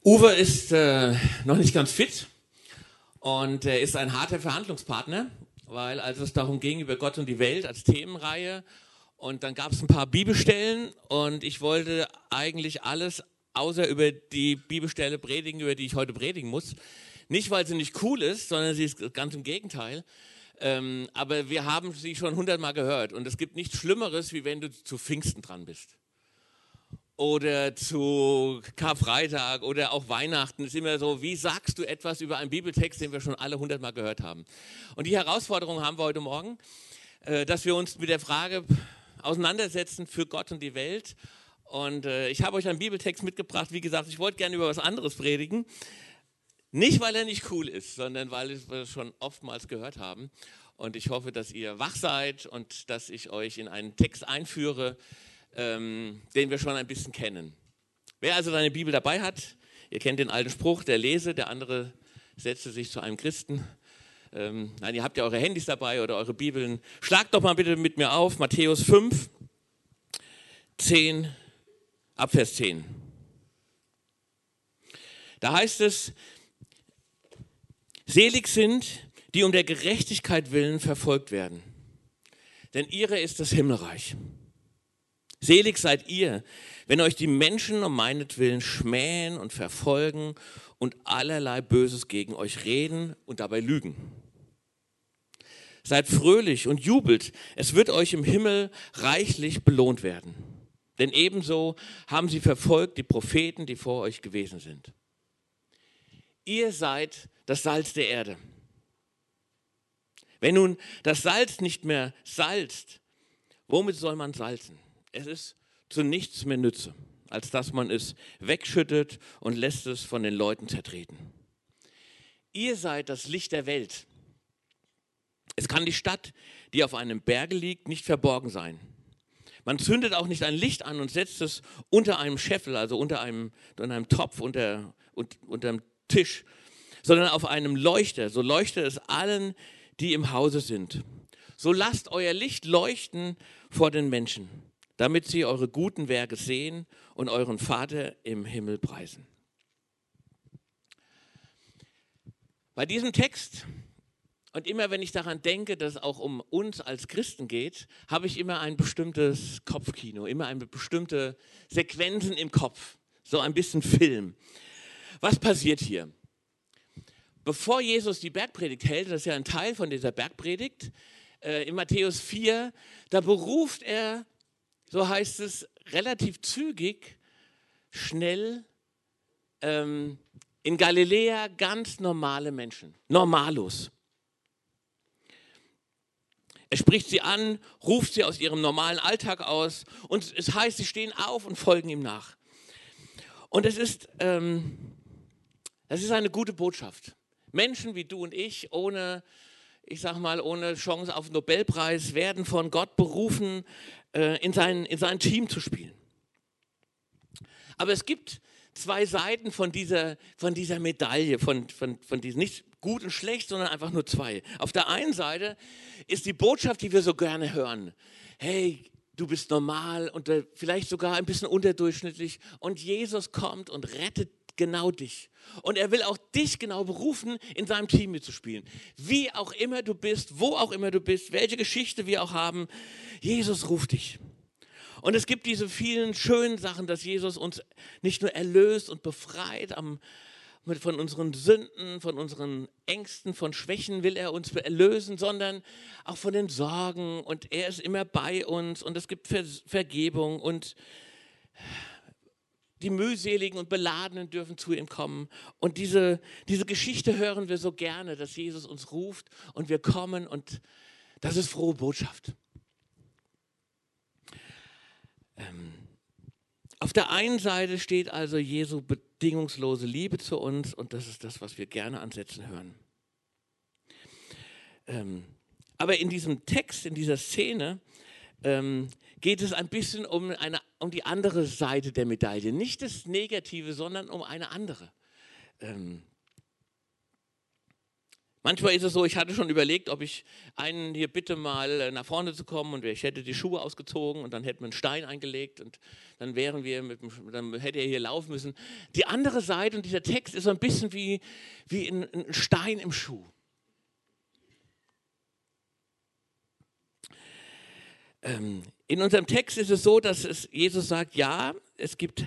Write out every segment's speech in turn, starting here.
Uwe ist noch nicht ganz fit und er ist ein harter Verhandlungspartner, weil als es darum ging, über Gott und die Welt als Themenreihe, und dann gab es ein paar Bibelstellen und ich wollte eigentlich alles außer über die Bibelstelle predigen, über die ich heute predigen muss. Nicht, weil sie nicht cool ist, sondern sie ist ganz im Gegenteil. Aber wir haben sie schon 100-mal gehört und es gibt nichts Schlimmeres, wie wenn du zu Pfingsten dran bist. Oder zu Karfreitag oder auch Weihnachten ist immer so, wie sagst du etwas über einen Bibeltext, den wir schon alle 100-mal gehört haben? Und die Herausforderung haben wir heute Morgen, dass wir uns mit der Frage auseinandersetzen für Gott und die Welt. Und ich habe euch einen Bibeltext mitgebracht. Wie gesagt, ich wollte gerne über was anderes predigen. Nicht, weil er nicht cool ist, sondern weil wir es schon oftmals gehört haben. Und ich hoffe, dass ihr wach seid und dass ich euch in einen Text einführe, den wir schon ein bisschen kennen. Wer also seine Bibel dabei hat, ihr kennt den alten Spruch, der lese, der andere setze sich zu einem Christen. Nein, ihr habt ja eure Handys dabei oder eure Bibeln. Schlagt doch mal bitte mit mir auf, Matthäus 5, 10, ab Vers 10. Da heißt es, selig sind, die um der Gerechtigkeit willen verfolgt werden, denn ihre ist das Himmelreich. Selig seid ihr, wenn euch die Menschen um meinetwillen schmähen und verfolgen und allerlei Böses gegen euch reden und dabei lügen. Seid fröhlich und jubelt, es wird euch im Himmel reichlich belohnt werden. Denn ebenso haben sie verfolgt die Propheten, die vor euch gewesen sind. Ihr seid das Salz der Erde. Wenn nun das Salz nicht mehr salzt, womit soll man salzen? Es ist zu nichts mehr Nütze, als dass man es wegschüttet und lässt es von den Leuten zertreten. Ihr seid das Licht der Welt. Es kann die Stadt, die auf einem Berge liegt, nicht verborgen sein. Man zündet auch nicht ein Licht an und setzt es unter einem Scheffel, also unter einem Topf, unterm Tisch, sondern auf einem Leuchter. So leuchtet es allen, die im Hause sind. So lasst euer Licht leuchten vor den Menschen, damit sie eure guten Werke sehen und euren Vater im Himmel preisen. Bei diesem Text, und immer wenn ich daran denke, dass es auch um uns als Christen geht, habe ich immer ein bestimmtes Kopfkino, immer eine bestimmte Sequenzen im Kopf, so ein bisschen Film. Was passiert hier? Bevor Jesus die Bergpredigt hält, das ist ja ein Teil von dieser Bergpredigt, in Matthäus 4, da beruft er, so heißt es, relativ zügig, schnell in Galiläa ganz normale Menschen, Normalos. Er spricht sie an, ruft sie aus ihrem normalen Alltag aus und es heißt, sie stehen auf und folgen ihm nach. Und das ist eine gute Botschaft. Menschen wie du und ich, ohne Chance auf den Nobelpreis, werden von Gott berufen, in sein Team zu spielen. Aber es gibt zwei Seiten von dieser Medaille, von diesem, nicht gut und schlecht, sondern einfach nur zwei. Auf der einen Seite ist die Botschaft, die wir so gerne hören. Hey, du bist normal und vielleicht sogar ein bisschen unterdurchschnittlich und Jesus kommt und rettet genau dich. Und er will auch dich genau berufen, in seinem Team mitzuspielen. Wie auch immer du bist, wo auch immer du bist, welche Geschichte wir auch haben, Jesus ruft dich. Und es gibt diese vielen schönen Sachen, dass Jesus uns nicht nur erlöst und befreit von unseren Sünden, von unseren Ängsten, von Schwächen will er uns erlösen, sondern auch von den Sorgen. Und er ist immer bei uns und es gibt Vergebung und die Mühseligen und Beladenen dürfen zu ihm kommen. Und diese Geschichte hören wir so gerne, dass Jesus uns ruft und wir kommen und das ist frohe Botschaft. Auf der einen Seite steht also Jesu bedingungslose Liebe zu uns und das ist das, was wir gerne ansetzen hören. Aber in diesem Text, in dieser Szene, geht es ein bisschen um die andere Seite der Medaille. Nicht das Negative, sondern um eine andere. Manchmal ist es so, ich hatte schon überlegt, ob ich einen hier bitte mal nach vorne zu kommen und ich hätte die Schuhe ausgezogen und dann hätten wir einen Stein eingelegt und dann wären wir dann hätte er hier laufen müssen. Die andere Seite und dieser Text ist so ein bisschen wie ein Stein im Schuh. In unserem Text ist es so, dass Jesus sagt, ja, es gibt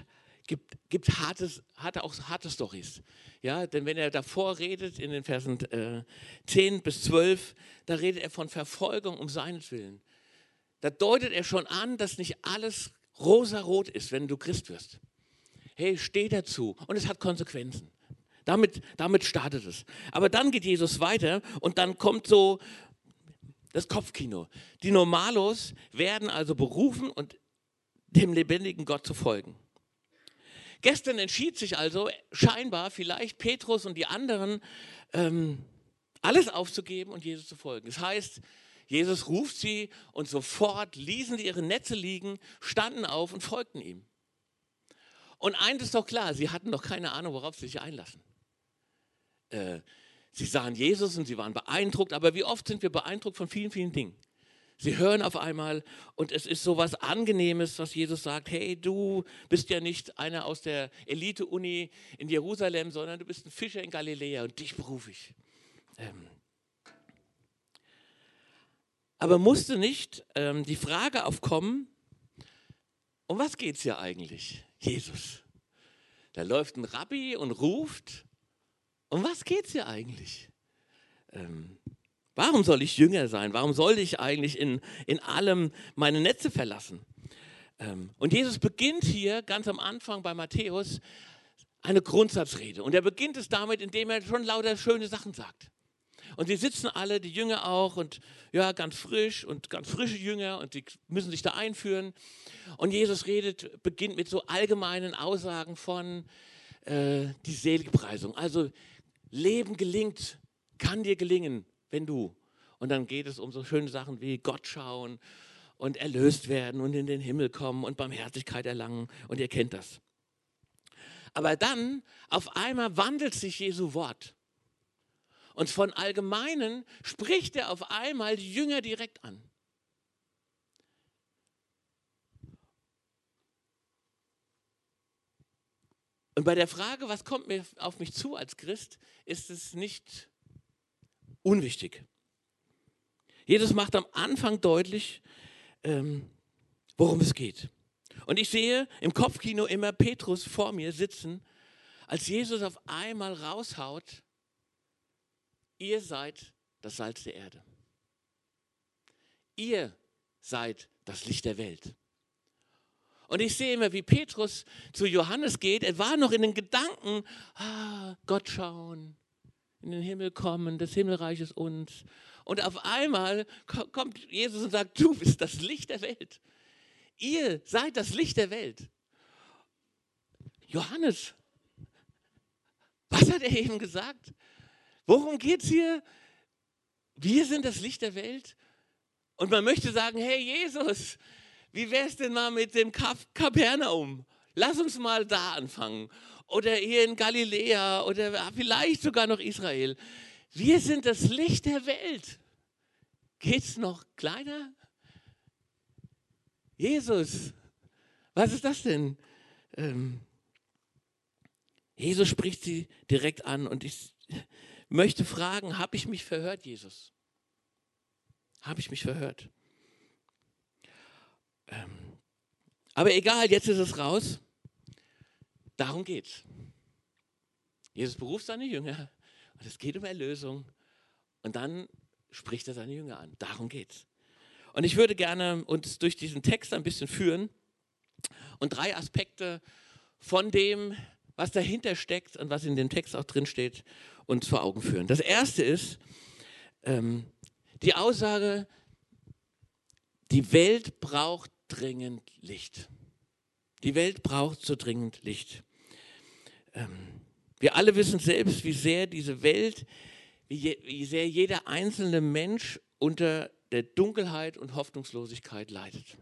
harte Storys. Ja, denn wenn er davor redet, in den Versen 10 bis 12, da redet er von Verfolgung um seinetwillen. Da deutet er schon an, dass nicht alles rosarot ist, wenn du Christ wirst. Hey, steh dazu. Und es hat Konsequenzen. Damit startet es. Aber dann geht Jesus weiter und dann kommt so das Kopfkino. Die Normalos werden also berufen, und dem lebendigen Gott zu folgen. Gestern entschied sich also scheinbar vielleicht Petrus und die anderen, alles aufzugeben und Jesus zu folgen. Das heißt, Jesus ruft sie und sofort ließen sie ihre Netze liegen, standen auf und folgten ihm. Und eins ist doch klar, sie hatten doch keine Ahnung, worauf sie sich einlassen. Sie sahen Jesus und sie waren beeindruckt, aber wie oft sind wir beeindruckt von vielen, vielen Dingen? Sie hören auf einmal und es ist so was Angenehmes, was Jesus sagt, hey, du bist ja nicht einer aus der Elite-Uni in Jerusalem, sondern du bist ein Fischer in Galiläa und dich berufe ich. Aber musste nicht die Frage aufkommen, um was geht es hier eigentlich, Jesus? Da läuft ein Rabbi und ruft, um was geht es hier eigentlich? Warum soll ich Jünger sein? Warum soll ich eigentlich in allem meine Netze verlassen? Und Jesus beginnt hier ganz am Anfang bei Matthäus eine Grundsatzrede. Und er beginnt es damit, indem er schon lauter schöne Sachen sagt. Und sie sitzen alle, die Jünger auch, und ja, ganz frisch und ganz frische Jünger, und die müssen sich da einführen. Und Jesus beginnt mit so allgemeinen Aussagen von die Seligpreisung. Also Leben gelingt, kann dir gelingen, wenn du. Und dann geht es um so schöne Sachen wie Gott schauen und erlöst werden und in den Himmel kommen und Barmherzigkeit erlangen. Und ihr kennt das. Aber dann, auf einmal wandelt sich Jesu Wort. Und von Allgemeinen spricht er auf einmal die Jünger direkt an. Und bei der Frage, was kommt mir auf mich zu als Christ, ist es nicht unwichtig. Jesus macht am Anfang deutlich, worum es geht. Und ich sehe im Kopfkino immer Petrus vor mir sitzen, als Jesus auf einmal raushaut, ihr seid das Salz der Erde. Ihr seid das Licht der Welt. Und ich sehe immer, wie Petrus zu Johannes geht. Er war noch in den Gedanken, Gott schauen, in den Himmel kommen, das Himmelreich ist uns. Und auf einmal kommt Jesus und sagt, du bist das Licht der Welt. Ihr seid das Licht der Welt. Johannes, was hat er eben gesagt? Worum geht es hier? Wir sind das Licht der Welt. Und man möchte sagen, hey Jesus, wie wäre es denn mal mit dem Kapernaum? Lass uns mal da anfangen. Oder hier in Galiläa oder vielleicht sogar noch Israel. Wir sind das Licht der Welt. Geht's noch kleiner? Jesus, was ist das denn? Jesus spricht sie direkt an und ich möchte fragen, habe ich mich verhört, Jesus? Habe ich mich verhört? Aber egal, jetzt ist es raus. Darum geht's. Jesus beruft seine Jünger und es geht um Erlösung. Und dann spricht er seine Jünger an. Darum geht's. Und ich würde gerne uns durch diesen Text ein bisschen führen und 3 Aspekte von dem, was dahinter steckt und was in dem Text auch drin steht, uns vor Augen führen. Das erste ist die Aussage, die Welt braucht dringend Licht. Die Welt braucht so dringend Licht. Wir alle wissen selbst, wie sehr diese Welt, wie sehr jeder einzelne Mensch unter der Dunkelheit und Hoffnungslosigkeit leidet.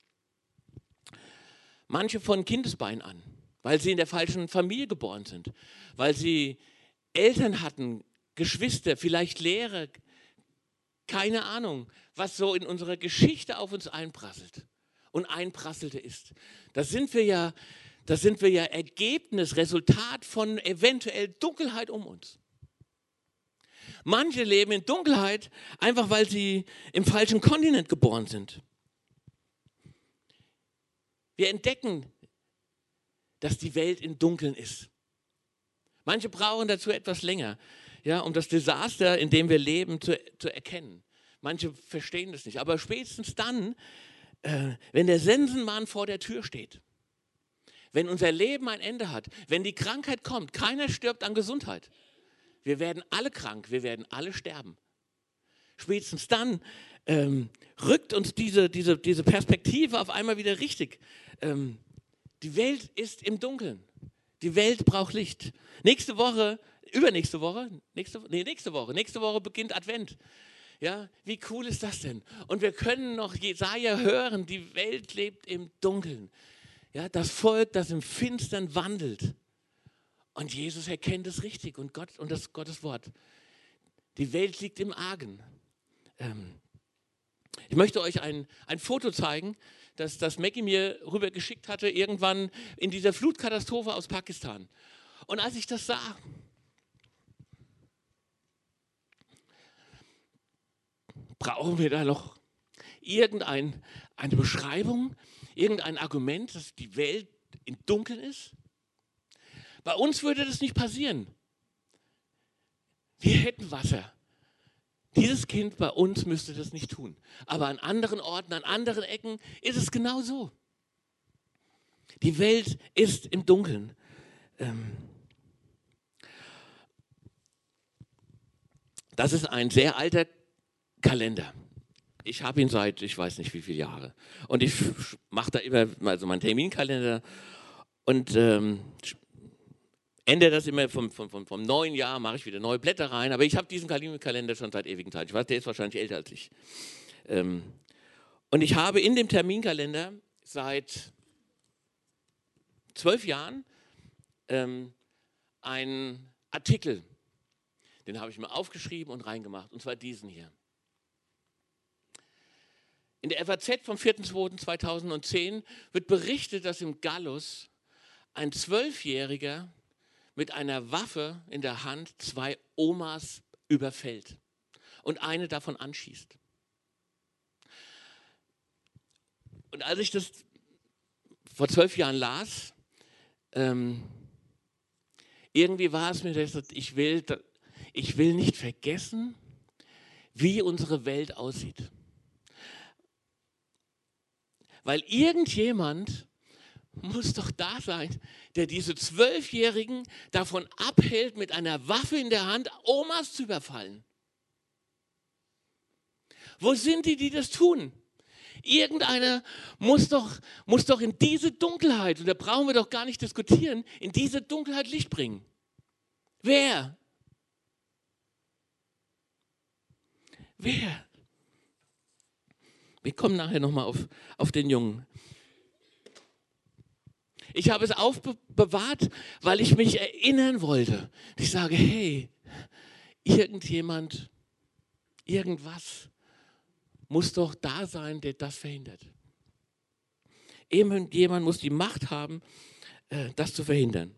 Manche von Kindesbein an, weil sie in der falschen Familie geboren sind, weil sie Eltern hatten, Geschwister, vielleicht Lehrer, keine Ahnung, was so in unserer Geschichte auf uns einprasselt und einprasselte ist. Das sind wir ja Ergebnis, Resultat von eventuell Dunkelheit um uns. Manche leben in Dunkelheit, einfach weil sie im falschen Kontinent geboren sind. Wir entdecken, dass die Welt im Dunkeln ist. Manche brauchen dazu etwas länger, ja, um das Desaster, in dem wir leben, zu erkennen. Manche verstehen das nicht. Aber spätestens dann, wenn der Sensenmann vor der Tür steht, wenn unser Leben ein Ende hat, wenn die Krankheit kommt, keiner stirbt an Gesundheit. Wir werden alle krank, wir werden alle sterben. Spätestens dann rückt uns diese Perspektive auf einmal wieder richtig. Die Welt ist im Dunkeln. Die Welt braucht Licht. Nächste Woche beginnt Advent. Ja, wie cool ist das denn? Und wir können noch Jesaja hören, die Welt lebt im Dunkeln. Ja, das Volk, das im Finstern wandelt. Und Jesus erkennt es richtig und Gott und das Gottes Wort. Die Welt liegt im Argen. Ich möchte euch ein Foto zeigen, das Maggie mir rübergeschickt hatte, irgendwann in dieser Flutkatastrophe aus Pakistan. Und als ich das sah, brauchen wir da noch eine Beschreibung, irgendein Argument, dass die Welt im Dunkeln ist? Bei uns würde das nicht passieren. Wir hätten Wasser. Dieses Kind bei uns müsste das nicht tun. Aber an anderen Orten, an anderen Ecken ist es genau so. Die Welt ist im Dunkeln. Das ist ein sehr alter Kalender. Ich habe ihn seit, ich weiß nicht wie viele Jahre. Und ich mache da immer also meinen Terminkalender und ändere das immer vom neuen Jahr, mache ich wieder neue Blätter rein. Aber ich habe diesen Kalender schon seit ewigen Zeiten. Ich weiß, der ist wahrscheinlich älter als ich. Und ich habe in dem Terminkalender seit 12 Jahren einen Artikel, den habe ich mir aufgeschrieben und reingemacht. Und zwar diesen hier. In der FAZ vom 4.2.2010 wird berichtet, dass im Gallus ein 12-Jähriger mit einer Waffe in der Hand 2 Omas überfällt und eine davon anschießt. Und als ich das vor 12 Jahren las, irgendwie war es mir, dass ich will nicht vergessen, wie unsere Welt aussieht. Weil irgendjemand muss doch da sein, der diese 12-Jährigen davon abhält, mit einer Waffe in der Hand Omas zu überfallen. Wo sind die das tun? Irgendeiner muss doch in diese Dunkelheit, und da brauchen wir doch gar nicht diskutieren, in diese Dunkelheit Licht bringen. Wer? Wer? Wir kommen nachher nochmal auf den Jungen. Ich habe es aufbewahrt, weil ich mich erinnern wollte. Ich sage, hey, irgendjemand, irgendwas muss doch da sein, der das verhindert. Jemand muss die Macht haben, das zu verhindern.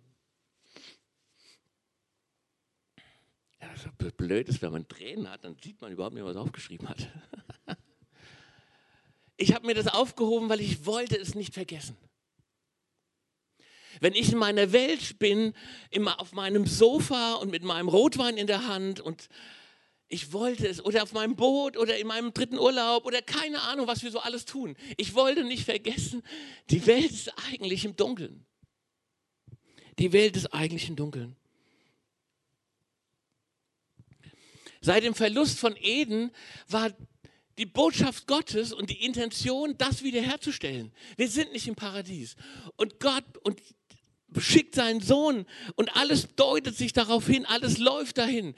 Ja, das ist blöd, ist, wenn man Tränen hat, dann sieht man überhaupt nicht, was er aufgeschrieben hat. Ich habe mir das aufgehoben, weil ich wollte es nicht vergessen. Wenn ich in meiner Welt bin, immer auf meinem Sofa und mit meinem Rotwein in der Hand und ich wollte es, oder auf meinem Boot oder in meinem 3. Urlaub oder keine Ahnung, was wir so alles tun. Ich wollte nicht vergessen, die Welt ist eigentlich im Dunkeln. Die Welt ist eigentlich im Dunkeln. Seit dem Verlust von Eden war die Botschaft Gottes und die Intention, das wiederherzustellen. Wir sind nicht im Paradies. Und Gott schickt seinen Sohn und alles deutet sich darauf hin, alles läuft dahin.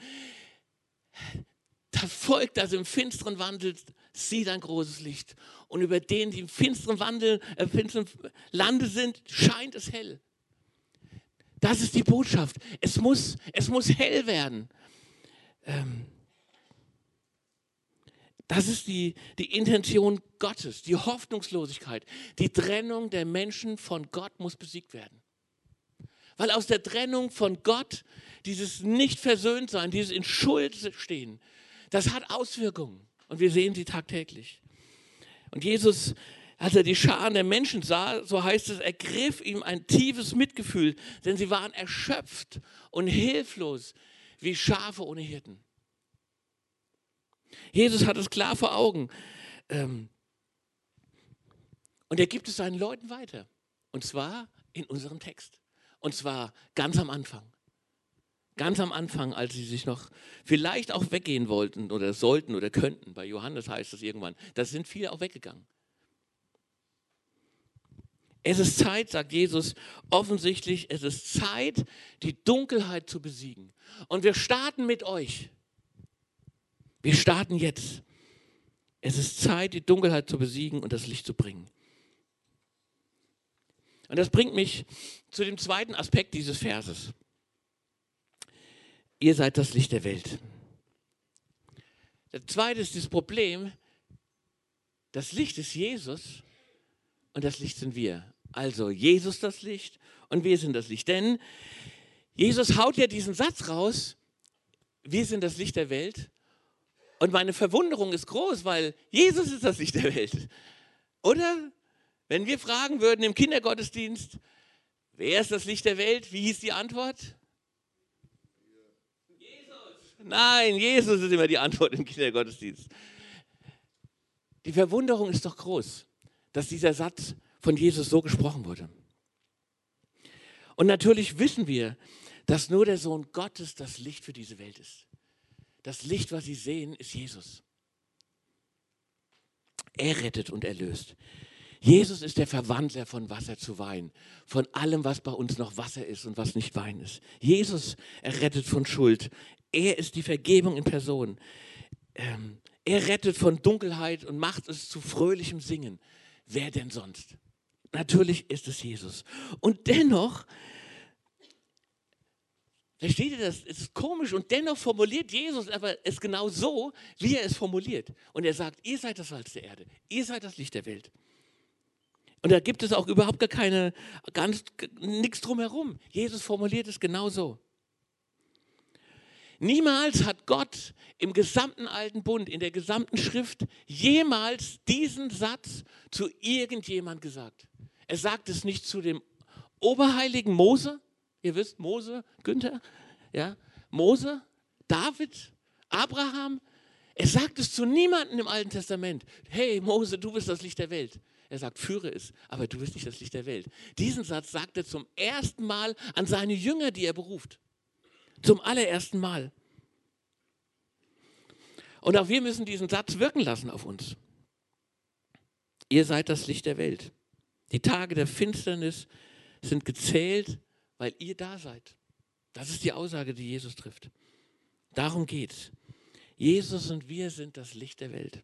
Das Volk, das im Finsteren wandelt, sieht ein großes Licht. Und über denen, die im finsteren Lande sind, scheint es hell. Das ist die Botschaft. Es muss hell werden. Das ist die Intention Gottes, die Hoffnungslosigkeit. Die Trennung der Menschen von Gott muss besiegt werden. Weil aus der Trennung von Gott, dieses Nicht-Versöhnt-Sein, dieses in Schuld stehen, das hat Auswirkungen. Und wir sehen sie tagtäglich. Und Jesus, als er die Scharen der Menschen sah, so heißt es, ergriff ihm ein tiefes Mitgefühl, denn sie waren erschöpft und hilflos wie Schafe ohne Hirten. Jesus hat es klar vor Augen. Und er gibt es seinen Leuten weiter. Und zwar in unserem Text. Und zwar ganz am Anfang. Ganz am Anfang, als sie sich noch vielleicht auch weggehen wollten oder sollten oder könnten. Bei Johannes heißt es irgendwann. Da sind viele auch weggegangen. Es ist Zeit, sagt Jesus, offensichtlich, es ist Zeit, die Dunkelheit zu besiegen. Und wir starten mit euch. Wir starten jetzt. Es ist Zeit, die Dunkelheit zu besiegen und das Licht zu bringen. Und das bringt mich zu dem zweiten Aspekt dieses Verses. Ihr seid das Licht der Welt. Der zweite ist das Problem, das Licht ist Jesus und das Licht sind wir. Also Jesus das Licht und wir sind das Licht. Denn Jesus haut ja diesen Satz raus, wir sind das Licht der Welt. Und meine Verwunderung ist groß, weil Jesus ist das Licht der Welt. Oder? Wenn wir fragen würden im Kindergottesdienst, wer ist das Licht der Welt? Wie hieß die Antwort? Jesus. Nein, Jesus ist immer die Antwort im Kindergottesdienst. Die Verwunderung ist doch groß, dass dieser Satz von Jesus so gesprochen wurde. Und natürlich wissen wir, dass nur der Sohn Gottes das Licht für diese Welt ist. Das Licht, was sie sehen, ist Jesus. Er rettet und erlöst. Jesus ist der Verwandler von Wasser zu Wein, von allem, was bei uns noch Wasser ist und was nicht Wein ist. Jesus errettet von Schuld. Er ist die Vergebung in Person. Er rettet von Dunkelheit und macht es zu fröhlichem Singen. Wer denn sonst? Natürlich ist es Jesus. Und dennoch, versteht ihr das? Es ist komisch und dennoch formuliert Jesus aber es genau so, wie er es formuliert. Und er sagt, ihr seid das Salz der Erde, ihr seid das Licht der Welt. Und da gibt es auch überhaupt nichts drumherum. Jesus formuliert es genau so. Niemals hat Gott im gesamten Alten Bund, in der gesamten Schrift, jemals diesen Satz zu irgendjemand gesagt. Er sagt es nicht zu dem oberheiligen Mose, ihr wisst, Mose, Günther, ja, Mose, David, Abraham. Er sagt es zu niemandem im Alten Testament. Hey Mose, du bist das Licht der Welt. Er sagt, führe es, aber du bist nicht das Licht der Welt. Diesen Satz sagt er zum ersten Mal an seine Jünger, die er beruft. Zum allerersten Mal. Und auch wir müssen diesen Satz wirken lassen auf uns. Ihr seid das Licht der Welt. Die Tage der Finsternis sind gezählt, weil ihr da seid. Das ist die Aussage, die Jesus trifft. Darum geht's. Jesus und wir sind das Licht der Welt.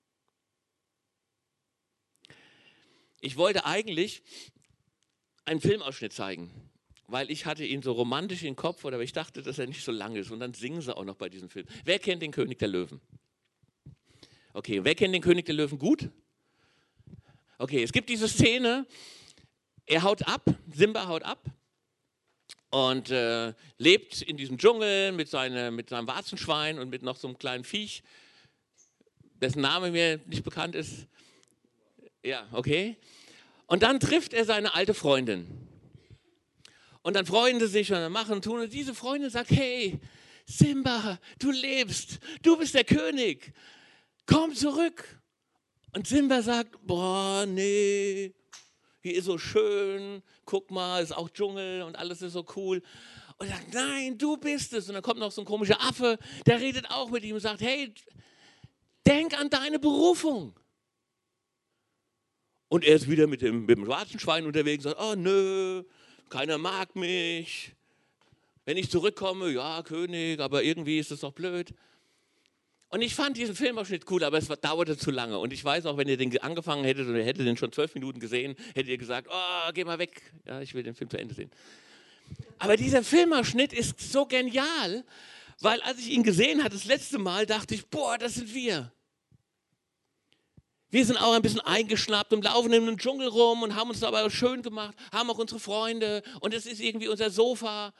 Ich wollte eigentlich einen Filmausschnitt zeigen, weil ich hatte ihn so romantisch im Kopf, aber ich dachte, dass er nicht so lang ist. Und dann singen sie auch noch bei diesem Film. Wer kennt den König der Löwen? Okay, wer kennt den König der Löwen gut? Okay, es gibt diese Szene, er haut ab, Simba haut ab und lebt in diesem Dschungel mit seinem Warzenschwein und mit noch so einem kleinen Viech, dessen Name mir nicht bekannt ist. Ja, okay. Und dann trifft er seine alte Freundin. Und dann freuen sie sich und dann machen und tun. Und diese Freundin sagt, hey, Simba, du lebst, du bist der König, komm zurück. Und Simba sagt, boah, nee, hier ist so schön, guck mal, ist auch Dschungel und alles ist so cool. Und er sagt, nein, du bist es. Und dann kommt noch so ein komischer Affe, der redet auch mit ihm und sagt, hey, denk an deine Berufung. Und er ist wieder mit dem schwarzen Schwein unterwegs und sagt, oh nö, keiner mag mich. Wenn ich zurückkomme, ja, König, aber irgendwie ist das doch blöd. Und ich fand diesen Filmausschnitt cool, aber es dauerte zu lange. Und ich weiß auch, wenn ihr den angefangen hättet und ihr hättet den schon 12 Minuten gesehen, hättet ihr gesagt, oh, geh mal weg. Ja, ich will den Film zu Ende sehen. Aber dieser Filmausschnitt ist so genial, Weil als ich ihn gesehen habe, das letzte Mal, dachte ich, boah, das sind wir. Wir sind auch ein bisschen eingeschnappt und laufen in einem Dschungel rum und haben uns dabei schön gemacht, haben auch unsere Freunde und es ist irgendwie unser Sofa.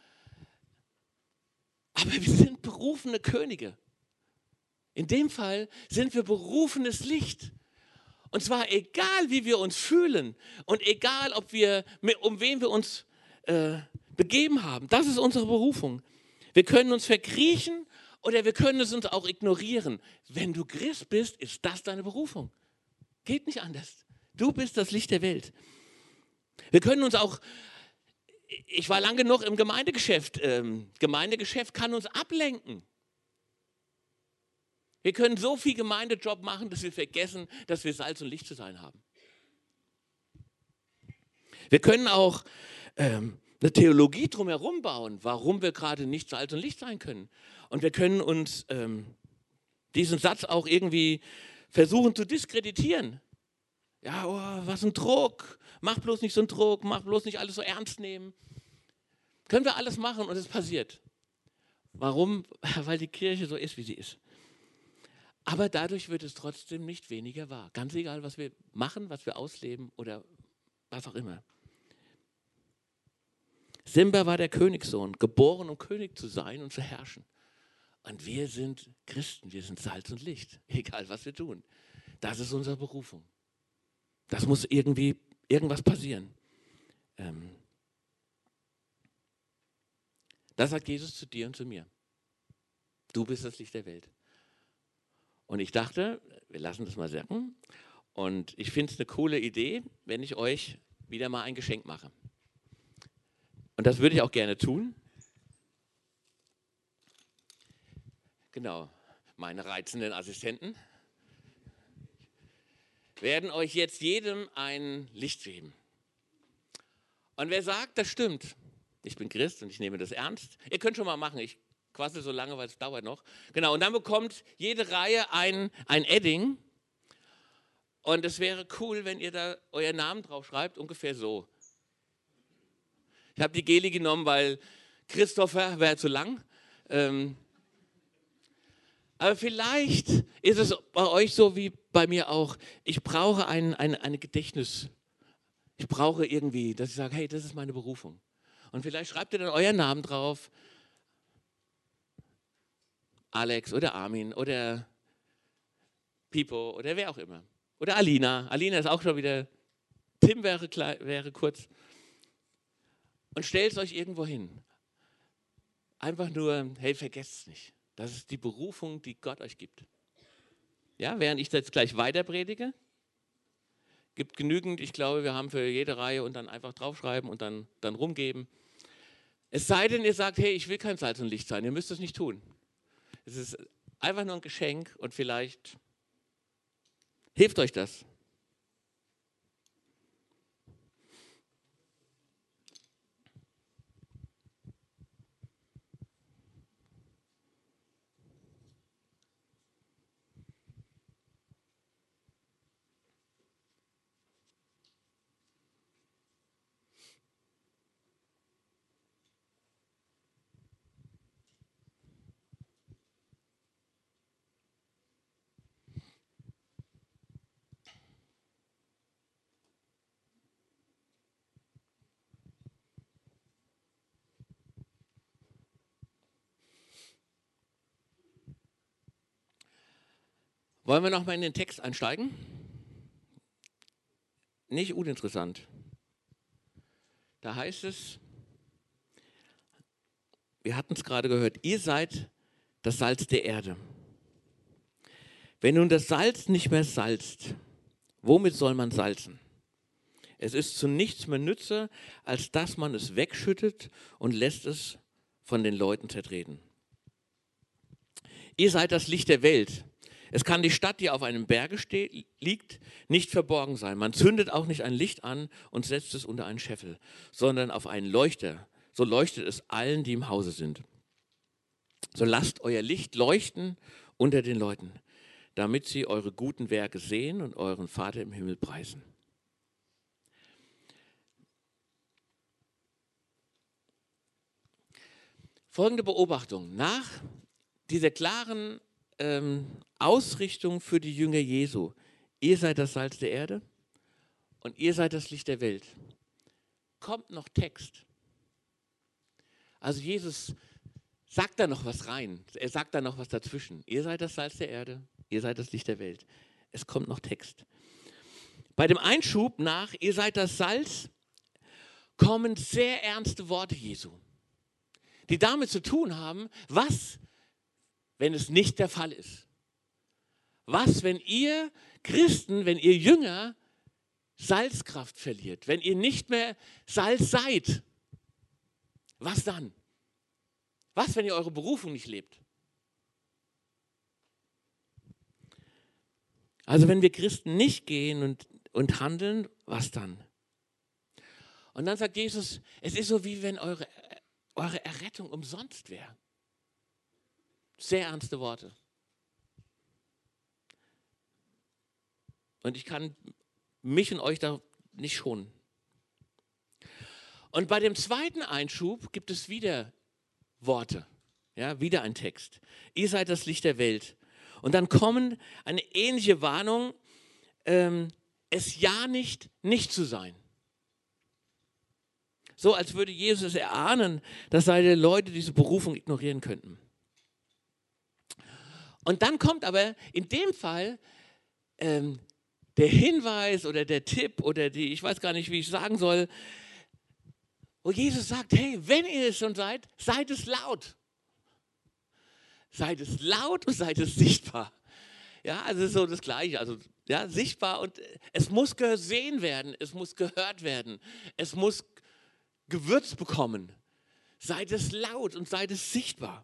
Aber wir sind berufene Könige. In dem Fall sind wir berufenes Licht. Und zwar egal, wie wir uns fühlen und egal, um wen wir uns begeben haben. Das ist unsere Berufung. Wir können uns verkriechen oder wir können es uns auch ignorieren. Wenn du Christ bist, ist das deine Berufung. Geht nicht anders. Du bist das Licht der Welt. Wir können uns auch, ich war lang genug im Gemeindegeschäft. Gemeindegeschäft kann uns ablenken. Wir können so viel Gemeindejob machen, dass wir vergessen, dass wir Salz und Licht zu sein haben. Wir können auch eine Theologie drumherum bauen, warum wir gerade nicht Salz und Licht sein können. Und wir können uns diesen Satz auch irgendwie versuchen zu diskreditieren. Ja, oh, was ein Druck. Mach bloß nicht so einen Druck, mach bloß nicht alles so ernst nehmen. Können wir alles machen und es passiert. Warum? Weil die Kirche so ist, wie sie ist. Aber dadurch wird es trotzdem nicht weniger wahr. Ganz egal, was wir machen, was wir ausleben oder was auch immer. Simba war der Königssohn, geboren, um König zu sein und zu herrschen. Und wir sind Christen, wir sind Salz und Licht, egal was wir tun. Das ist unsere Berufung. Das muss irgendwas passieren. Das sagt Jesus zu dir und zu mir. Du bist das Licht der Welt. Und ich dachte, wir lassen das mal sacken. Und ich finde es eine coole Idee, wenn ich euch wieder mal ein Geschenk mache. Und das würde ich auch gerne tun. Genau, meine reizenden Assistenten werden euch jetzt jedem ein Licht geben. Und wer sagt, das stimmt, ich bin Christ und ich nehme das ernst, ihr könnt schon mal machen, ich quassel so lange, weil es dauert noch. Genau, und dann bekommt jede Reihe ein Edding. Und es wäre cool, wenn ihr da euren Namen drauf schreibt, ungefähr so. Ich habe die Geli genommen, weil Christopher wäre zu lang. Aber vielleicht ist es bei euch so wie bei mir auch. Ich brauche eine Gedächtnis. Ich brauche irgendwie, dass ich sage, hey, das ist meine Berufung. Und vielleicht schreibt ihr dann euren Namen drauf. Alex oder Armin oder Pipo oder wer auch immer. Oder Alina. Alina ist auch schon wieder. Tim wäre kurz. Und stellt es euch irgendwo hin. Einfach nur, hey, vergesst es nicht. Das ist die Berufung, die Gott euch gibt. Ja, während ich jetzt gleich weiter predige, gibt genügend, ich glaube, wir haben für jede Reihe und dann einfach draufschreiben und dann rumgeben. Es sei denn, ihr sagt, hey, ich will kein Salz und Licht sein, ihr müsst es nicht tun. Es ist einfach nur ein Geschenk und vielleicht hilft euch das. Wollen wir nochmal in den Text einsteigen? Nicht uninteressant. Da heißt es, wir hatten es gerade gehört, ihr seid das Salz der Erde. Wenn nun das Salz nicht mehr salzt, womit soll man salzen? Es ist zu nichts mehr nütze, als dass man es wegschüttet und lässt es von den Leuten zertreten. Ihr seid das Licht der Welt. Es kann die Stadt, die auf einem Berge liegt, nicht verborgen sein. Man zündet auch nicht ein Licht an und setzt es unter einen Scheffel, sondern auf einen Leuchter. So leuchtet es allen, die im Hause sind. So lasst euer Licht leuchten unter den Leuten, damit sie eure guten Werke sehen und euren Vater im Himmel preisen. Folgende Beobachtung. Nach dieser klaren Ausrichtung für die Jünger Jesu, ihr seid das Salz der Erde und ihr seid das Licht der Welt, kommt noch Text. Also Jesus sagt da noch was rein, er sagt da noch was dazwischen. Ihr seid das Salz der Erde, ihr seid das Licht der Welt. Es kommt noch Text. Bei dem Einschub nach, ihr seid das Salz, kommen sehr ernste Worte Jesu, die damit zu tun haben, was, wenn es nicht der Fall ist. Was, wenn ihr Christen, wenn ihr Jünger Salzkraft verliert, wenn ihr nicht mehr Salz seid? Was dann? Was, wenn ihr eure Berufung nicht lebt? Also wenn wir Christen nicht gehen und handeln, was dann? Und dann sagt Jesus, es ist so, wie wenn eure Errettung umsonst wäre. Sehr ernste Worte. Und ich kann mich und euch da nicht schonen. Und bei dem zweiten Einschub gibt es wieder Worte, ja, wieder ein Text. Ihr seid das Licht der Welt. Und dann kommen eine ähnliche Warnung, es ja nicht zu sein. So als würde Jesus erahnen, dass seine Leute diese Berufung ignorieren könnten. Und dann kommt aber in dem Fall der Hinweis oder der Tipp oder ich weiß gar nicht, wie ich sagen soll, wo Jesus sagt, hey, wenn ihr es schon seid, seid es laut. Seid es laut und seid es sichtbar. Ja, also so das Gleiche, also ja, sichtbar und es muss gesehen werden, es muss gehört werden, es muss Gewürz bekommen. Seid es laut und seid es sichtbar.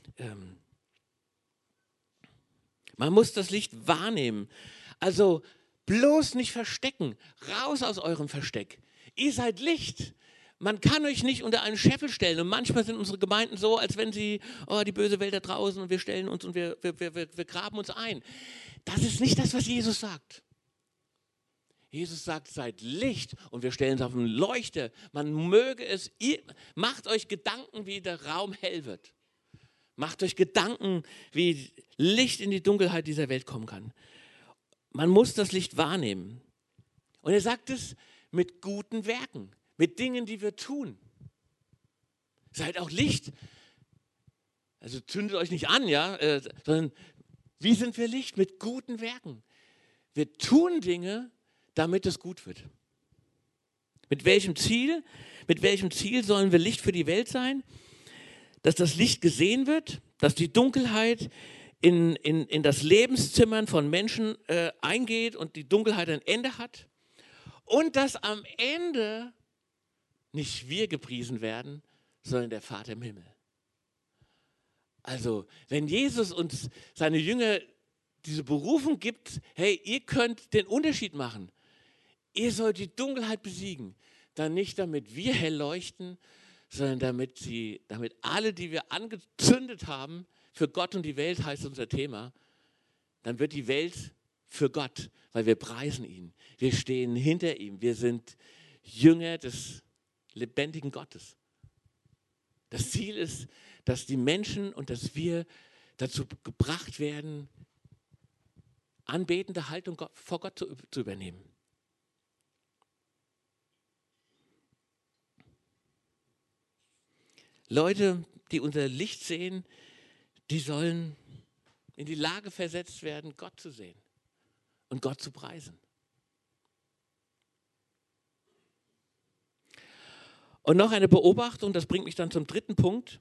Man muss das Licht wahrnehmen. Also bloß nicht verstecken. Raus aus eurem Versteck. Ihr seid Licht. Man kann euch nicht unter einen Scheffel stellen. Und manchmal sind unsere Gemeinden so, als wenn sie, oh, die böse Welt da draußen und wir stellen uns und wir graben uns ein. Das ist nicht das, was Jesus sagt. Jesus sagt, seid Licht und wir stellen es auf einen Leuchter. Man möge es, macht euch Gedanken, wie der Raum hell wird. Macht euch Gedanken, wie Licht in die Dunkelheit dieser Welt kommen kann. Man muss das Licht wahrnehmen. Und er sagt es mit guten Werken, mit Dingen, die wir tun. Seid auch Licht. Also zündet euch nicht an, ja, sondern wie sind wir Licht? Mit guten Werken. Wir tun Dinge, damit es gut wird. Mit welchem Ziel? Mit welchem Ziel sollen wir Licht für die Welt sein? Dass das Licht gesehen wird, dass die Dunkelheit in das Lebenszimmern von Menschen eingeht und die Dunkelheit ein Ende hat. Und dass am Ende nicht wir gepriesen werden, sondern der Vater im Himmel. Also, wenn Jesus uns seine Jünger diese Berufung gibt, hey, ihr könnt den Unterschied machen. Ihr sollt die Dunkelheit besiegen. Dann nicht, damit wir hell leuchten, sondern damit alle, die wir angezündet haben, für Gott und die Welt heißt unser Thema, dann wird die Welt für Gott, weil wir preisen ihn. Wir stehen hinter ihm. Wir sind Jünger des lebendigen Gottes. Das Ziel ist, dass die Menschen und dass wir dazu gebracht werden, anbetende Haltung vor Gott zu übernehmen. Leute, die unser Licht sehen, die sollen in die Lage versetzt werden, Gott zu sehen und Gott zu preisen. Und noch eine Beobachtung, das bringt mich dann zum dritten Punkt.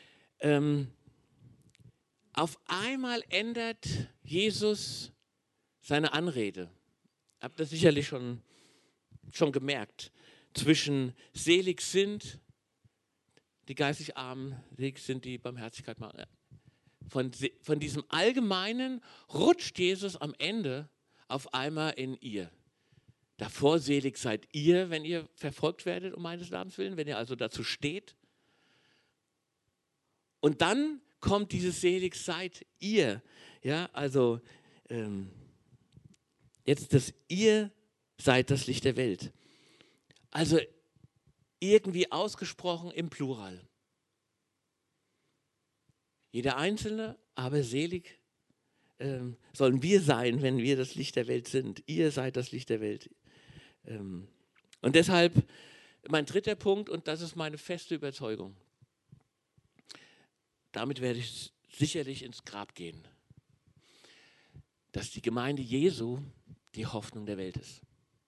Auf einmal ändert Jesus seine Anrede. Habt ihr sicherlich schon gemerkt. Zwischen selig sind die geistig Armen, selig sind die Barmherzigkeit machen. Von diesem Allgemeinen rutscht Jesus am Ende auf einmal in ihr. Davor selig seid ihr, wenn ihr verfolgt werdet um meines Namens willen, wenn ihr also dazu steht. Und dann kommt dieses selig seid ihr. Ja, also jetzt das ihr seid das Licht der Welt. Also irgendwie ausgesprochen im Plural. Jeder Einzelne, aber selig sollen wir sein, wenn wir das Licht der Welt sind. Ihr seid das Licht der Welt. Und deshalb mein dritter Punkt, und das ist meine feste Überzeugung. Damit werde ich sicherlich ins Grab gehen, dass die Gemeinde Jesu die Hoffnung der Welt ist.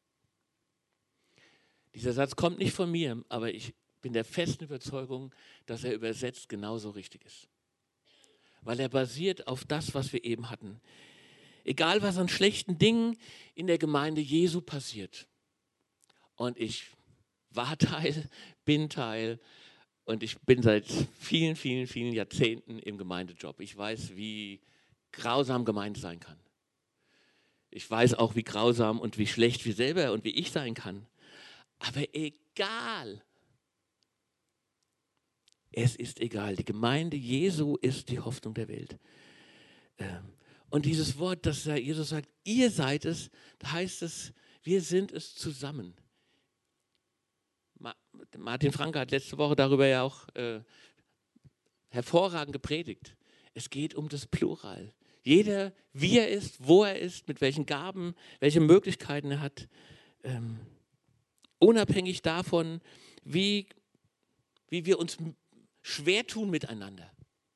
Dieser Satz kommt nicht von mir, aber ich bin der festen Überzeugung, dass er übersetzt genauso richtig ist. Weil er basiert auf das, was wir eben hatten. Egal, was an schlechten Dingen in der Gemeinde Jesu passiert. Und ich war Teil, bin Teil und ich bin seit vielen, vielen, vielen Jahrzehnten im Gemeindejob. Ich weiß, wie grausam Gemeinde sein kann. Ich weiß auch, wie grausam und wie schlecht wir selber und wie ich sein kann. Aber egal. Es ist egal. Die Gemeinde Jesu ist die Hoffnung der Welt. Und dieses Wort, dass Jesus sagt, ihr seid es, da heißt es, wir sind es zusammen. Martin Franke hat letzte Woche darüber ja auch hervorragend gepredigt. Es geht um das Plural. Jeder, wie er ist, wo er ist, mit welchen Gaben, welche Möglichkeiten er hat, unabhängig davon, wie wir uns schwer tun miteinander.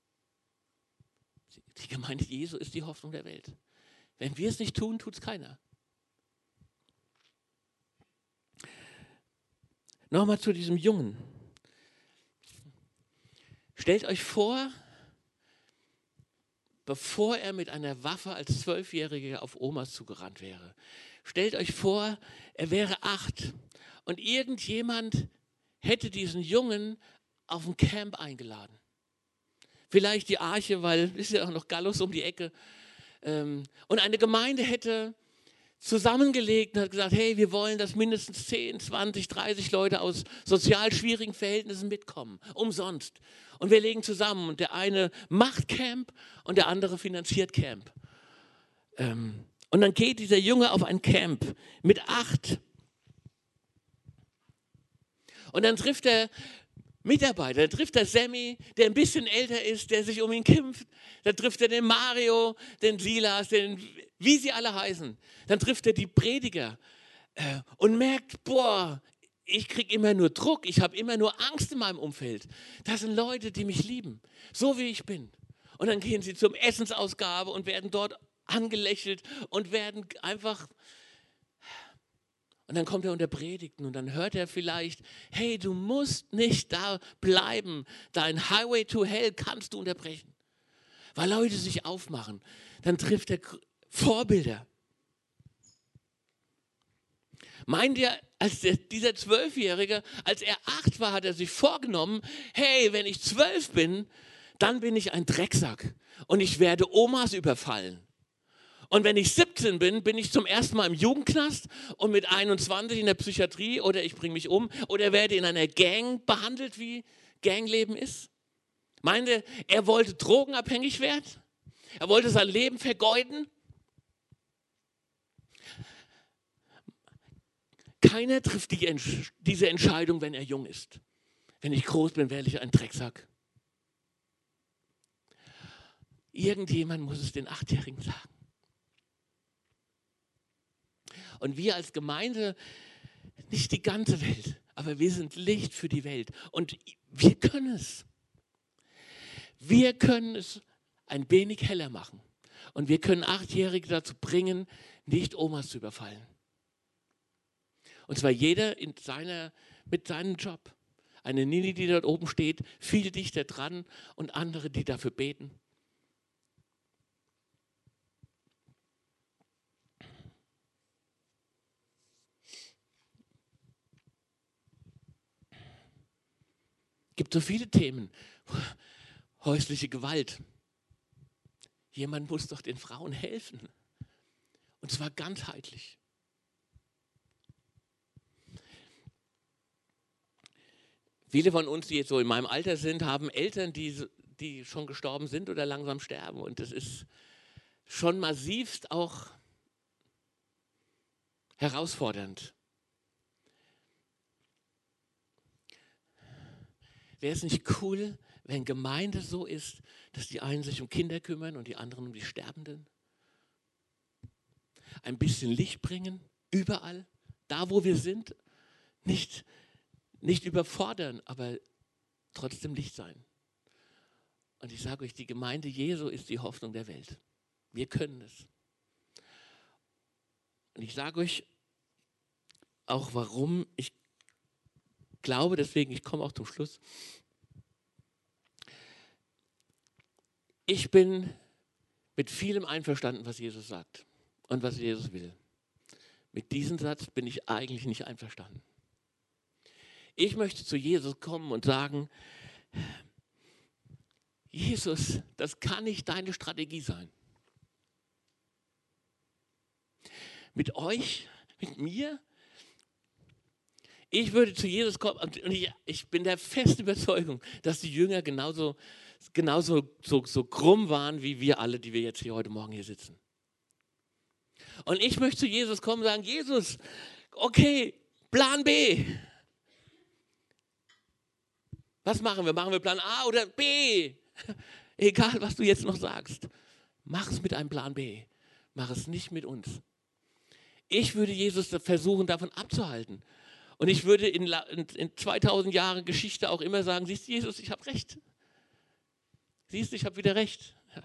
Die Gemeinde Jesu ist die Hoffnung der Welt. Wenn wir es nicht tun, tut es keiner. Nochmal zu diesem Jungen. Stellt euch vor, bevor er mit einer Waffe als 12-Jähriger auf Omas zugerannt wäre. Stellt euch vor, er wäre 8 und irgendjemand hätte diesen Jungen auf ein Camp eingeladen. Vielleicht die Arche, weil ist ja auch noch Gallus um die Ecke. Und eine Gemeinde hätte zusammengelegt und hat gesagt, hey, wir wollen, dass mindestens 10, 20, 30 Leute aus sozial schwierigen Verhältnissen mitkommen, umsonst. Und wir legen zusammen und der eine macht Camp und der andere finanziert Camp. Und dann geht dieser Junge auf ein Camp mit 8. Und dann trifft er Mitarbeiter, dann trifft er Sammy, der ein bisschen älter ist, der sich um ihn kämpft. Dann trifft er den Mario, den Silas, wie sie alle heißen. Dann trifft er die Prediger und merkt, boah, ich kriege immer nur Druck, ich habe immer nur Angst in meinem Umfeld. Das sind Leute, die mich lieben, so wie ich bin. Und dann gehen sie zum Essensausgabe und werden dort angelächelt und werden einfach... Und dann kommt er unter Predigten und dann hört er vielleicht, hey, du musst nicht da bleiben. Dein Highway to Hell kannst du unterbrechen. Weil Leute sich aufmachen. Dann trifft er Vorbilder. Meint ihr, als dieser 12-Jährige, als er 8 war, hat er sich vorgenommen, hey, wenn ich 12 bin, dann bin ich ein Drecksack und ich werde Omas überfallen. Und wenn ich 17 bin, bin ich zum ersten Mal im Jugendknast und mit 21 in der Psychiatrie oder ich bringe mich um oder werde in einer Gang behandelt, wie Gangleben ist. Meint ihr, er wollte drogenabhängig werden? Er wollte sein Leben vergeuden? Keiner trifft diese Entscheidung, wenn er jung ist. Wenn ich groß bin, werde ich ein Drecksack. Irgendjemand muss es den 8-Jährigen sagen. Und wir als Gemeinde, nicht die ganze Welt, aber wir sind Licht für die Welt. Und wir können es. Wir können es ein wenig heller machen. Und wir können 8-Jährige dazu bringen, nicht Omas zu überfallen. Und zwar jeder mit seinem Job. Eine Nini, die dort oben steht, viel dichter dran und andere, die dafür beten. Es gibt so viele Themen. Häusliche Gewalt. Jemand muss doch den Frauen helfen. Und zwar ganzheitlich. Viele von uns, die jetzt so in meinem Alter sind, haben Eltern, die schon gestorben sind oder langsam sterben. Und das ist schon massivst auch herausfordernd. Wäre es nicht cool, wenn Gemeinde so ist, dass die einen sich um Kinder kümmern und die anderen um die Sterbenden? Ein bisschen Licht bringen, überall, da wo wir sind, nicht überfordern, aber trotzdem Licht sein. Und ich sage euch, die Gemeinde Jesu ist die Hoffnung der Welt. Wir können es. Und ich sage euch auch, warum ich glaube, deswegen, ich komme auch zum Schluss. Ich bin mit vielem einverstanden, was Jesus sagt und was Jesus will. Mit diesem Satz bin ich eigentlich nicht einverstanden. Ich möchte zu Jesus kommen und sagen, Jesus, das kann nicht deine Strategie sein. Mit euch, mit mir? Ich würde zu Jesus kommen und ich bin der festen Überzeugung, dass die Jünger genauso so krumm waren, wie wir alle, die wir jetzt hier heute Morgen hier sitzen. Und ich möchte zu Jesus kommen und sagen, Jesus, okay, Plan B. Was machen wir? Machen wir Plan A oder B? Egal, was du jetzt noch sagst. Mach es mit einem Plan B. Mach es nicht mit uns. Ich würde Jesus versuchen, davon abzuhalten. Und ich würde in 2000 Jahren Geschichte auch immer sagen, siehst du, Jesus, ich habe recht. Siehst du, ich habe wieder recht. Ja.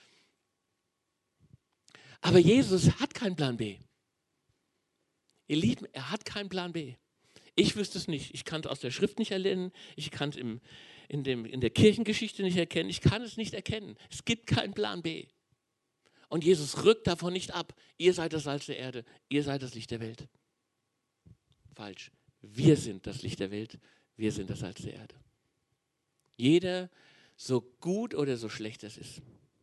Aber Jesus hat keinen Plan B. Ihr Lieben, er hat keinen Plan B. Ich wüsste es nicht. Ich kann es aus der Schrift nicht erlernen. Ich kann es in der Kirchengeschichte nicht erkennen. Ich kann es nicht erkennen. Es gibt keinen Plan B. Und Jesus rückt davon nicht ab. Ihr seid das Salz der Erde. Ihr seid das Licht der Welt. Falsch. Wir sind das Licht der Welt. Wir sind das Salz der Erde. Jeder, so gut oder so schlecht es ist.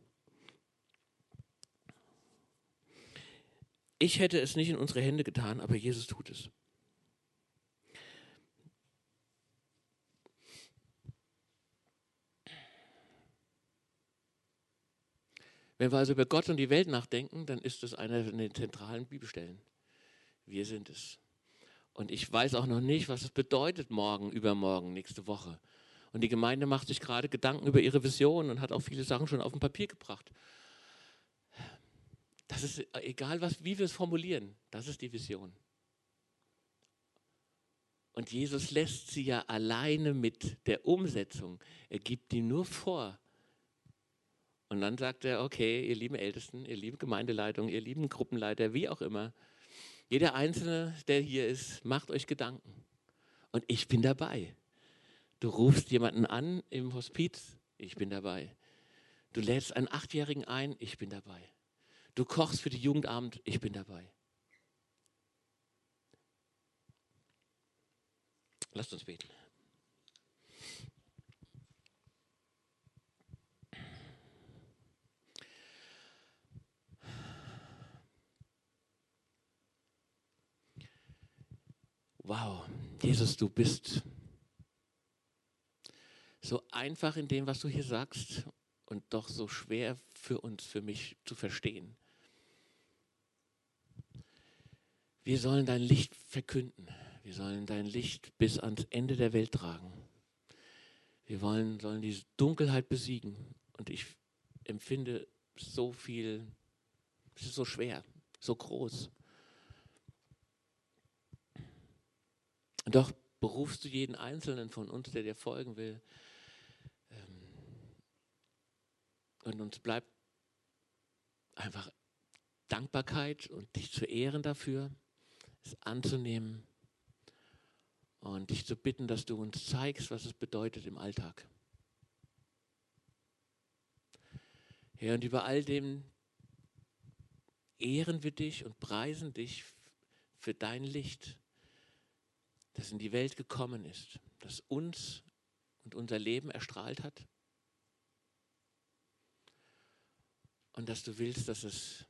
Ich hätte es nicht in unsere Hände getan, aber Jesus tut es. Wenn wir also über Gott und die Welt nachdenken, dann ist es eine von den zentralen Bibelstellen. Wir sind es. Und ich weiß auch noch nicht, was es bedeutet morgen, übermorgen, nächste Woche. Und die Gemeinde macht sich gerade Gedanken über ihre Vision und hat auch viele Sachen schon auf den Papier gebracht. Das ist egal, wie wir es formulieren, das ist die Vision. Und Jesus lässt sie ja alleine mit der Umsetzung. Er gibt die nur vor. Und dann sagt er, okay, ihr lieben Ältesten, ihr lieben Gemeindeleitung, ihr lieben Gruppenleiter, wie auch immer, jeder Einzelne, der hier ist, macht euch Gedanken. Und ich bin dabei. Du rufst jemanden an im Hospiz, ich bin dabei. Du lädst einen 8-Jährigen ein, ich bin dabei. Du kochst für die Jugendabend, ich bin dabei. Lasst uns beten. Wow, Jesus, du bist so einfach in dem, was du hier sagst und doch so schwer für uns, für mich zu verstehen. Wir sollen dein Licht verkünden. Wir sollen dein Licht bis ans Ende der Welt tragen. Wir sollen diese Dunkelheit besiegen. Und ich empfinde so viel, es ist so schwer, so groß. Und doch berufst du jeden Einzelnen von uns, der dir folgen will. Und uns bleibt einfach Dankbarkeit und dich zu ehren dafür, es anzunehmen und dich zu bitten, dass du uns zeigst, was es bedeutet im Alltag. Herr, und über all dem ehren wir dich und preisen dich für dein Licht, das in die Welt gekommen ist, das uns und unser Leben erstrahlt hat. Und dass du willst, dass es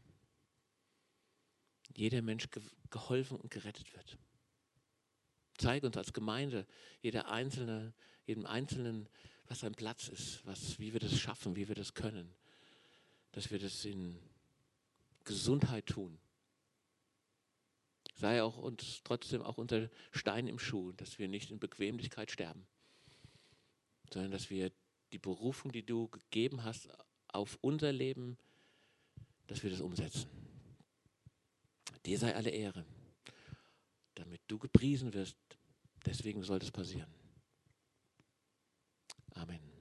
jeder Mensch geholfen und gerettet wird. Zeig uns als Gemeinde, jedem Einzelnen, was sein Platz ist, wie wir das schaffen, wie wir das können. Dass wir das in Gesundheit tun. Sei auch uns trotzdem auch unter Stein im Schuh, dass wir nicht in Bequemlichkeit sterben, sondern dass wir die Berufung, die du gegeben hast auf unser Leben, dass wir das umsetzen. Dir sei alle Ehre, damit du gepriesen wirst. Deswegen soll das passieren. Amen.